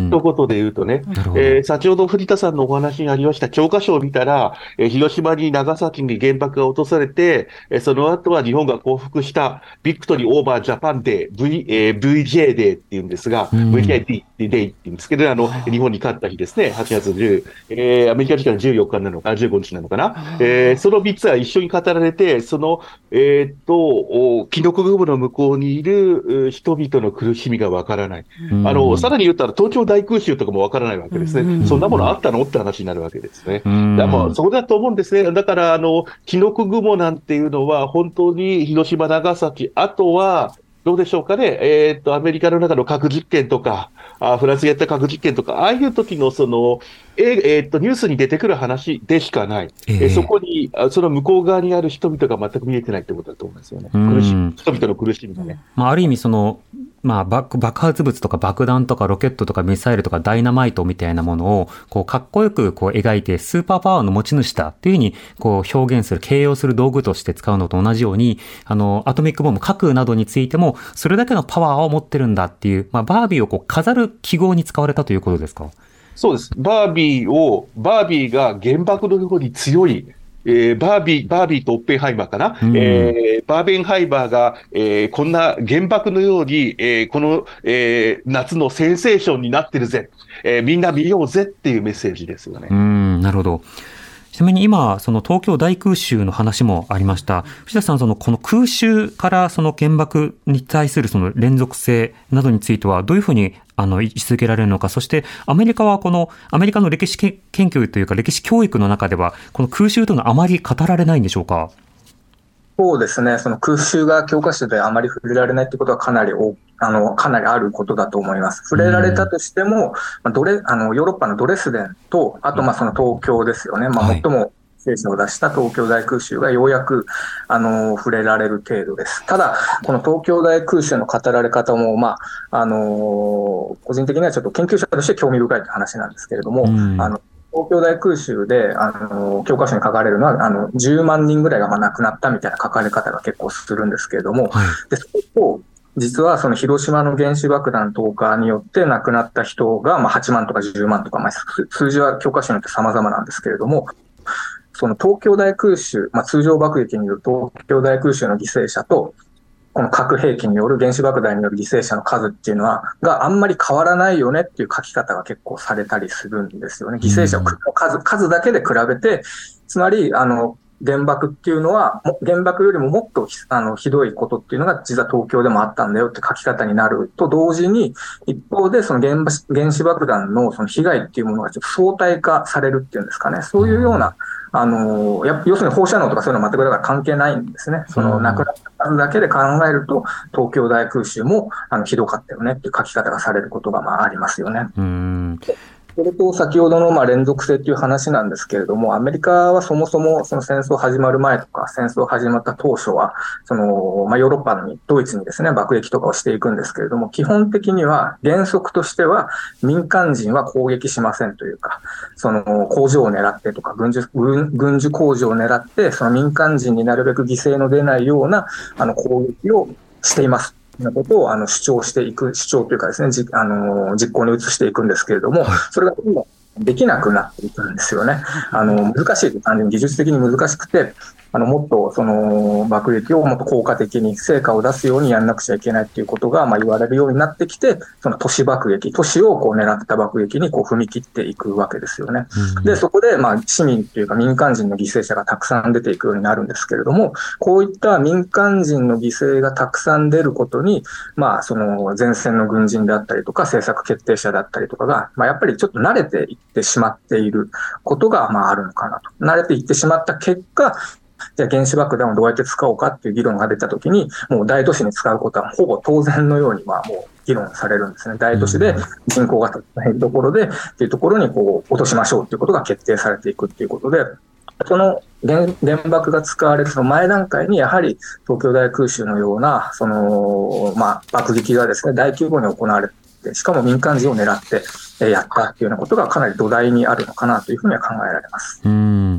ということで言うとね、えー、先ほど藤田さんのお話にありました教科書を見たら、えー、広島に長崎に原爆が落とされて、えー、その後は日本が降伏したビクトリーオーバージャパンデー、v えー、ブイジェー デーって言うんですが、うん、ブイジェー デーデーって言うんですけど、あの、日本に勝った日ですね、はちがつじゅう、えー、アメリカ時間じゅうよっかなのか、じゅうごにちなのかな、えー、そのみっつは一緒に語られて、その、えー、っと、キノコ雲の向こうにいる人々の苦しみがわからない。うん、あの、さらに言ったら東京大空襲とかもわからないわけですね。うん、そんなものあったのって話になるわけですね。うん、だからそこだと思うんですね。だから、あの、キノコ雲なんていうのは、本当に広島、長崎、あとは、どうでしょうかね。えー、っと、アメリカの中の核実験とか、あフランスがやった核実験とか、ああいう時のその、えーえー、っと、ニュースに出てくる話でしかない。えー、そこに、その向こう側にある人々が全く見えてないってことだと思うんですよね。苦しみ、人々の苦しみがね。 まあ、ある意味その、まあ、爆発物とか爆弾とかロケットとかミサイルとかダイナマイトみたいなものを、こう、かっこよくこう描いて、スーパーパワーの持ち主だっていうふうに、こう、表現する、形容する道具として使うのと同じように、あの、アトミックボム、核などについても、それだけのパワーを持ってるんだっていう、まあ、バービーをこう、飾る記号に使われたということですか？ そうです。バービーを、バービーが原爆のように強い、えー、バービー、バービーとオッペンハイマーかな、うん、えー、バーベンハイマーが、えー、こんな原爆のように、えー、この、えー、夏のセンセーションになってるぜ、えー、みんな見ようぜっていうメッセージですよね。 うん、なるほど。ちなみに今、その東京大空襲の話もありました。藤田さん、そのこの空襲からその原爆に対するその連続性などについてはどういうふうにあの位置づけられるのか、そしてアメリカはこのアメリカの歴史研究というか歴史教育の中ではこの空襲というのはあまり語られないんでしょうか？ そうですね、その空襲が教科書であまり触れられないということはかなり大あのかなりあることだと思います。触れられたとしても、うん、ドレあのヨーロッパのドレスデンと、あとまあその東京ですよね、まあ、最も聖書を出した東京大空襲がようやくあの触れられる程度です。ただ、この東京大空襲の語られ方も、まああの個人的にはちょっと研究者として興味深いという話なんですけれども、うん、あの東京大空襲であの教科書に書かれるのはあのじゅうまんにんぐらいがまあ亡くなったみたいな書かれ方が結構するんですけれども、はい、でそこを実はその広島の原子爆弾投下によって亡くなった人がまあはちまんとかじゅうまんとか、まあ、数字は教科書によって様々なんですけれども、その東京大空襲、まあ、通常爆撃による東京大空襲の犠牲者とこの核兵器による原子爆弾による犠牲者の数っていうのはがあんまり変わらないよねっていう書き方が結構されたりするんですよね。犠牲者の数、数だけで比べて、つまりあの原爆っていうのは原爆よりももっとあのひどいことっていうのが実は東京でもあったんだよって書き方になると同時に、一方でその 原, 原子爆弾のその被害っていうものがちょっと相対化されるっていうんですかね。そういうようなあのや要するに放射能とかそういうのは全くだから関係ないんですね。その亡くなった数だけで考えると東京大空襲もあのひどかったよねっていう書き方がされることがまあありますよね。うーんそれと先ほどのまあ連続性という話なんですけれども、アメリカはそもそもその戦争始まる前とか戦争始まった当初はそのまあヨーロッパにドイツにですね爆撃とかをしていくんですけれども、基本的には原則としては民間人は攻撃しませんというか、その工場を狙ってとか軍需軍軍需工場を狙ってその民間人になるべく犠牲の出ないようなあの攻撃をしています。なことをあの主張していく、主張というかですね、じあの実行に移していくんですけれども、それが今できなくなっていくんですよね。あの難しいという感じに技術的に難しくて、あのもっとその爆撃をもっと効果的に成果を出すようにやらなくちゃいけないっていうことがまあ言われるようになってきて、その都市爆撃、都市をこう狙った爆撃にこう踏み切っていくわけですよね。うん、でそこでまあ市民というか民間人の犠牲者がたくさん出ていくようになるんですけれども、こういった民間人の犠牲がたくさん出ることに、まあその前線の軍人であったりとか政策決定者だったりとかが、まあやっぱりちょっと慣れていってしまっていることがまああるのかなと。慣れていってしまった結果、じゃあ原子爆弾をどうやって使おうかっていう議論が出たときに、もう大都市に使うことはほぼ当然のようにまあもう議論されるんですね。大都市で人口が減るところでっていうところにこう落としましょうっていうことが決定されていくっていうことで、その 原, 原爆が使われるその前段階にやはり東京大空襲のようなその、まあ、爆撃がですね大規模に行われて、しかも民間人を狙ってやったっていうようなことがかなり土台にあるのかなというふうには考えられます。 うん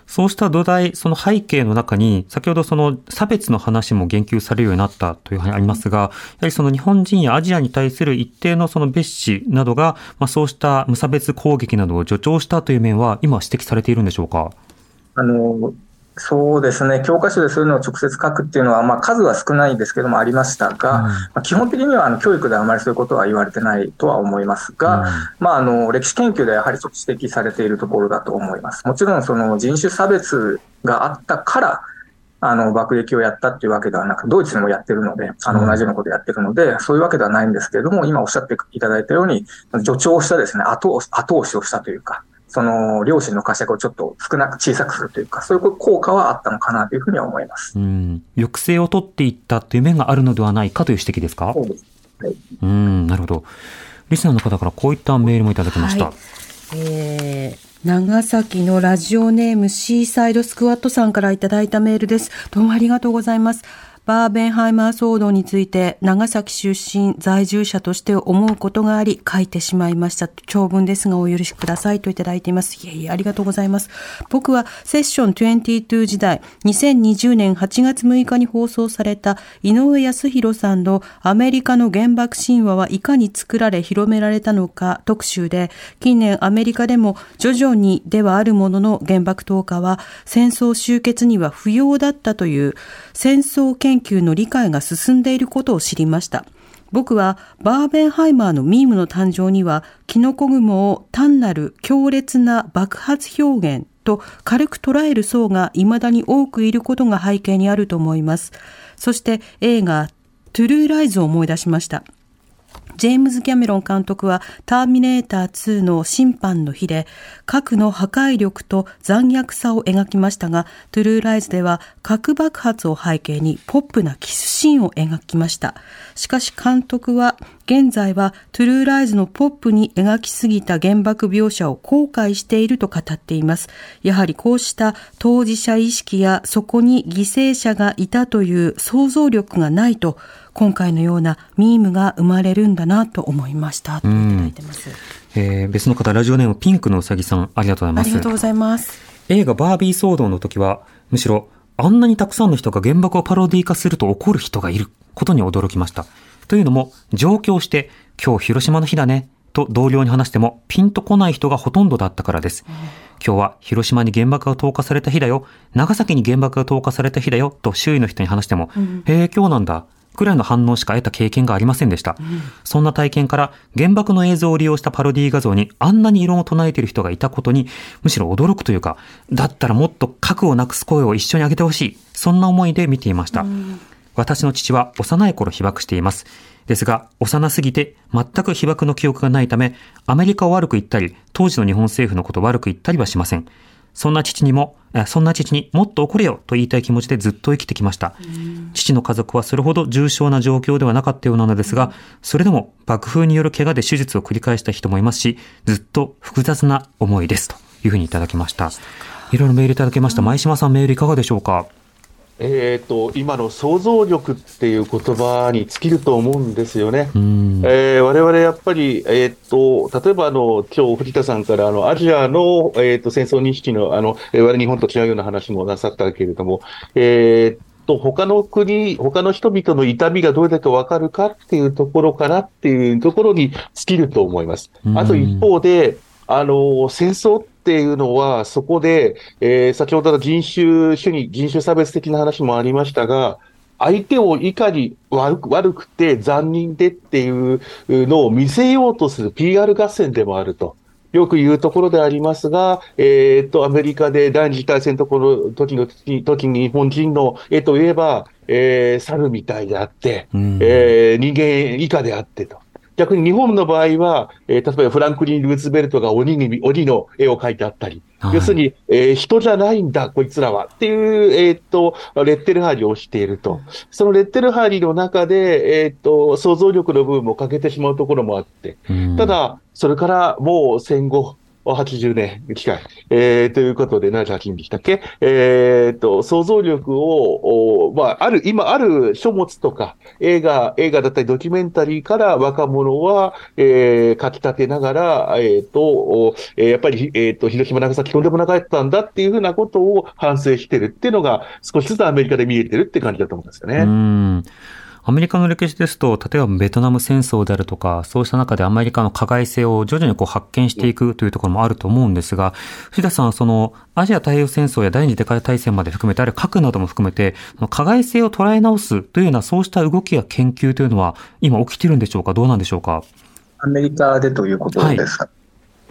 そうした土台、その背景の中に、先ほどその差別の話も言及されるようになったというふうにありますが、やはりその日本人やアジアに対する一定のその蔑視などが、まあ、そうした無差別攻撃などを助長したという面は、今指摘されているんでしょうか。 あのそうですね、教科書でそういうのを直接書くっていうのは、まあ、数は少ないですけどもありましたが、うんまあ、基本的にはあの教育ではあまりそういうことは言われてないとは思いますが、うんまあ、あの歴史研究でやはりちょっと指摘されているところだと思います。もちろんその人種差別があったからあの爆撃をやったっていうわけではなく、ドイツにもやってるので、あの同じようなことやってるので、うん、そういうわけではないんですけれども、今おっしゃっていただいたように助長したですね、後押し、後押しをしたというか、その両親の呵責をちょっと少なく小さくするというか、そういう効果はあったのかなというふうには思います。 うん、抑制を取っていったという面があるのではないかという指摘ですか。 そうです。はい、 うん、なるほど。リスナーの方からこういったメールもいただきました。 はい、えー、長崎のラジオネームシーサイドスクワットさんからいただいたメールです。どうもありがとうございます。バーベンハイマー騒動について長崎出身在住者として思うことがあり書いてしまいました。長文ですがお許しくださいといただいています。いえいえ、ありがとうございます。僕はセッションにじゅうに時代にせんにじゅうねんはちがつむいかに放送された井上康弘さんのアメリカの原爆神話はいかに作られ広められたのか特集で、近年アメリカでも徐々にではあるものの原爆投下は戦争終結には不要だったという戦争研究の理解が進んでいることを知りました。僕はバーベンハイマーのミームの誕生にはキノコ雲を単なる強烈な爆発表現と軽く捉える層が未だに多くいることが背景にあると思います。そして映画トゥルーライズを思い出しました。ジェームズ・キャメロン監督はターミネーターツーの審判の日で核の破壊力と残虐さを描きましたが、トゥルーライズでは核爆発を背景にポップなキスシーンを描きました。しかし監督は現在はトゥルーライズのポップに描きすぎた原爆描写を後悔していると語っています。やはりこうした当事者意識やそこに犠牲者がいたという想像力がないと今回のようなミームが生まれるんだなと思いましたといただいてます。 えー、別の方、ラジオネームピンクのうさぎさん、ありがとうございます。 ありがとうございます。 映画バービー騒動の時はむしろあんなにたくさんの人が原爆をパロディ化すると怒る人がいることに驚きました。というのも上京して今日広島の日だねと同僚に話してもピンとこない人がほとんどだったからです。うん、今日は広島に原爆が投下された日だよ、長崎に原爆が投下された日だよと周囲の人に話しても、うん、へえ今日なんだくらいの反応しか得た経験がありませんでした。うん、そんな体験から原爆の映像を利用したパロディ画像にあんなに異論を唱えている人がいたことにむしろ驚くというか、だったらもっと核をなくす声を一緒に上げてほしい、そんな思いで見ていました。うん、私の父は幼い頃被爆しています。ですが幼すぎて全く被爆の記憶がないためアメリカを悪く言ったり当時の日本政府のことを悪く言ったりはしません。そんな父にも、そんな父にもっと怒れよと言いたい気持ちでずっと生きてきました。父の家族はそれほど重症な状況ではなかったようなのですが、それでも爆風による怪我で手術を繰り返した人もいますし、ずっと複雑な思いですというふうにいただきました。いろいろメールいただきました。前島さん、メールいかがでしょうか。 えーと、今の想像力っていう言葉に尽きると思うんですよね。えー、我々やっぱり、えーと、例えばあの、今日藤田さんからあの、アジアの、えーと、戦争認識のあの、我々日本と違うような話もなさったけれども、えーと、他の国、他の人々の痛みがどれだけわかるかっていうところかなっていうところに尽きると思います。あと一方で、あの、戦争っていうのは、そこで、えー、先ほどの人種主義、人種差別的な話もありましたが、相手をいかに悪く、悪くて残忍でっていうのを見せようとする ピーアール 合戦でもあると。よく言うところでありますが、えー、っと、アメリカで第二次大戦の時の時に日本人の絵といえば、えー、猿みたいであって、えー、人間以下であってと。逆に日本の場合は、えー、例えばフランクリン・ルーズベルトが鬼に、鬼の絵を描いてあったり、はい、要するに、えー、人じゃないんだ、こいつらはっていう、えー、っと、レッテル貼りをしていると。そのレッテル貼りの中で、えー、っと、想像力の部分も欠けてしまうところもあって。ただ、それからもう戦後、 はちじゅうねん近い。えー、ということで、ななじゅうはちねんでしたっけ？えー、と、想像力を、まあ、ある、今ある書物とか、映画、映画だったりドキュメンタリーから若者は、えー、書き立てながら、えー、と、えー、やっぱり、えー、と、広島、長崎とんでもなかったんだっていうふうなことを反省してるっていうのが、少しずつアメリカで見えてるって感じだと思うんですよね。 うーん。アメリカの歴史ですと、例えばベトナム戦争であるとか、そうした中でアメリカの加害性を徐々にこう発見していくというところもあると思うんですが、藤田さんはそのアジア太平洋戦争や第二次世界大戦まで含めて、あるいは核なども含めて、加害性を捉え直すというようなそうした動きや研究というのは今起きているんでしょうか？どうなんでしょうか？ アメリカでということですか？はい、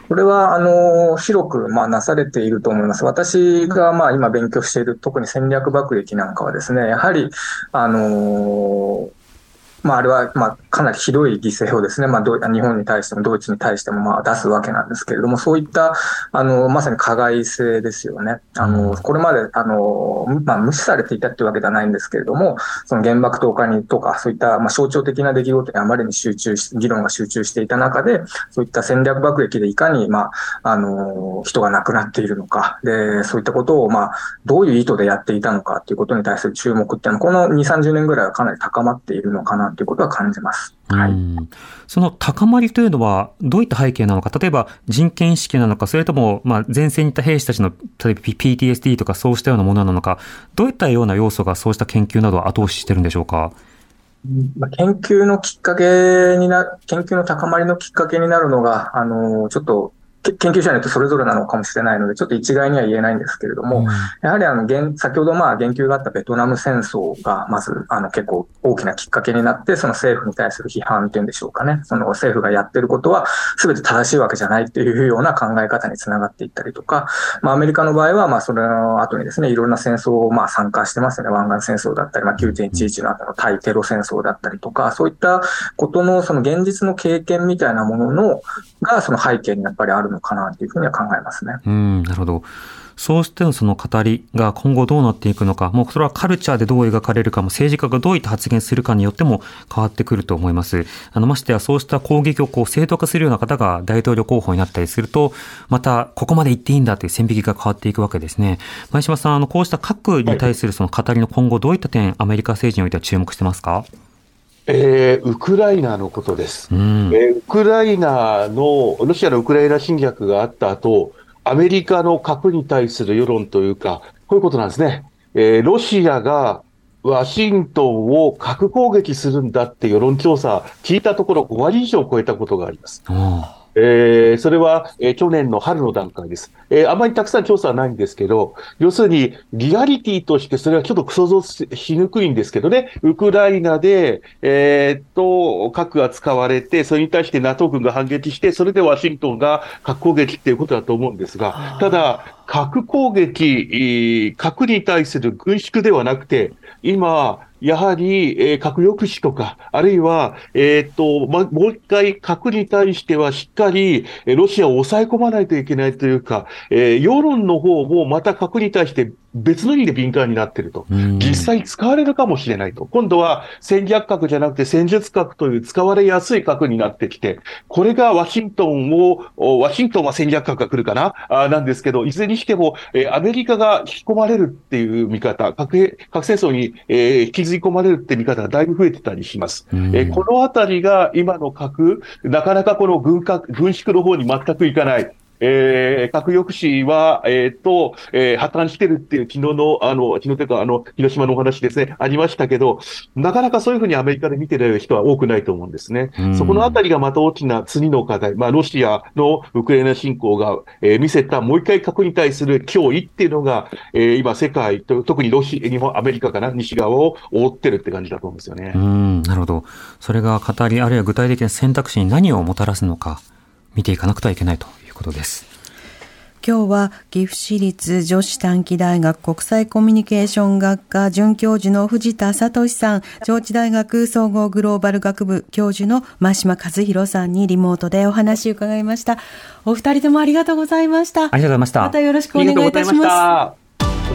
これは、あの、広く、まあ、なされていると思います。私が、まあ、今勉強している、特に戦略爆撃なんかはですね、やはり、あの、まあ、あれは、まあ、かなりひどい犠牲をですね、まあ、日本に対してもドイツに対しても、まあ、出すわけなんですけれども、そういった、あの、まさに加害性ですよね。あの、これまで、あの、まあ、無視されていたっていうわけではないんですけれども、その原爆投下にとか、そういった、まあ、象徴的な出来事にあまりに集中し、議論が集中していた中で、そういった戦略爆撃でいかに、まあ、あの、人が亡くなっているのか、で、そういったことを、まあ、どういう意図でやっていたのかということに対する注目っていうのは、このに、さんじゅうねんぐらいはかなり高まっているのかなということは感じます。はい、うん、 その高まりというのはどういった背景なのか、例えば人権意識なのか、それともまあ前線にいた兵士たちの例えば ピーティーエスディー とかそうしたようなものなのか、どういったような要素がそうした研究などを後押ししてるんでしょうか？ 研究のきっかけにな、研究の高まりのきっかけになるのが、あの、ちょっと研究者によってそれぞれなのかもしれないので、ちょっと一概には言えないんですけれども、うん、やはりあの、先ほどまあ言及があったベトナム戦争が、まずあの結構大きなきっかけになって、その政府に対する批判っていうんでしょうかね。その政府がやってることは全て正しいわけじゃないっていうような考え方につながっていったりとか、まあアメリカの場合はまあそれの後にですね、いろんな戦争をまあ参加してますよね。湾岸戦争だったり、まあ きゅうてんいちいち の後の対テロ戦争だったりとか、そういったことのその現実の経験みたいなもののがその背景にやっぱりあるのかなというふうには考えますね。 うん、なるほど。そうしてのその語りが今後どうなっていくのか、もうそれはカルチャーでどう描かれるかも、政治家がどういった発言するかによっても変わってくると思います。あのましてやそうした攻撃をこう正当化するような方が大統領候補になったりすると、またここまで言っていいんだという線引きが変わっていくわけですね。前島さん、あのこうした核に対するその語りの今後どういった点、アメリカ政治においては注目してますか？ えー、ウクライナのことです、うんえー。ウクライナの、ロシアのウクライナ侵略があった後、アメリカの核に対する世論というか、こういうことなんですね。えー、ロシアがワシントンを核攻撃するんだって世論調査、聞いたところごわり以上超えたことがあります。うんえー、それは、えー、去年の春の段階です。えー、あまりたくさん調査はないんですけど、要するにリアリティとしてそれはちょっと想像しにくいんですけどね、ウクライナで、えー、っと、核が使われて、それに対して ナトー 軍が反撃して、それでワシントンが核攻撃っていうことだと思うんですが、ただ、核攻撃、核に対する軍縮ではなくて、今、やはり、えー、核抑止とか、あるいは、えー、っと、ま、もう一回核に対してはしっかり、えー、ロシアを抑え込まないといけないというか、えー、世論の方もまた核に対して別の意味で敏感になっていると。実際使われるかもしれないと。今度は戦略核じゃなくて戦術核という使われやすい核になってきて、これがワシントンを、ワシントンは戦略核が来るかなあなんですけど、いずれにしても、えー、アメリカが引き込まれるっていう見方、核、核戦争に、えー、引きずり込まれるって見方がだいぶ増えてたりします。えー、このあたりが今の核、なかなかこの軍拡、軍縮の方に全くいかない。えー、核抑止は、えっ、ー、と、えー、破綻してるっていう昨日の、あの、昨日というか、あの、広島のお話ですね、ありましたけど、なかなかそういうふうにアメリカで見てる人は多くないと思うんですね。そこのあたりがまた大きな次の課題、まあ、ロシアのウクライナ侵攻が、えー、見せたもう一回核に対する脅威っていうのが、えー、今世界と、特にロシア、日本、アメリカかな、西側を覆ってるって感じだと思うんですよね。 うん、なるほど。それが語り、あるいは具体的な選択肢に何をもたらすのか、見ていかなくてはいけないということです。 今日は岐阜市立女子短期大学国際コミュニケーション学科准教授の藤田聡さん、上智大学総合グローバル学部教授の前島和弘さんにリモートでお話を伺いました。お二人ともありがとうございました。 ありがとうございました。 またよろしくお願いいたします。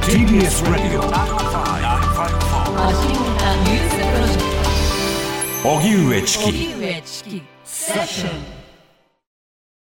ティービーエス Radio 荻上チキセッション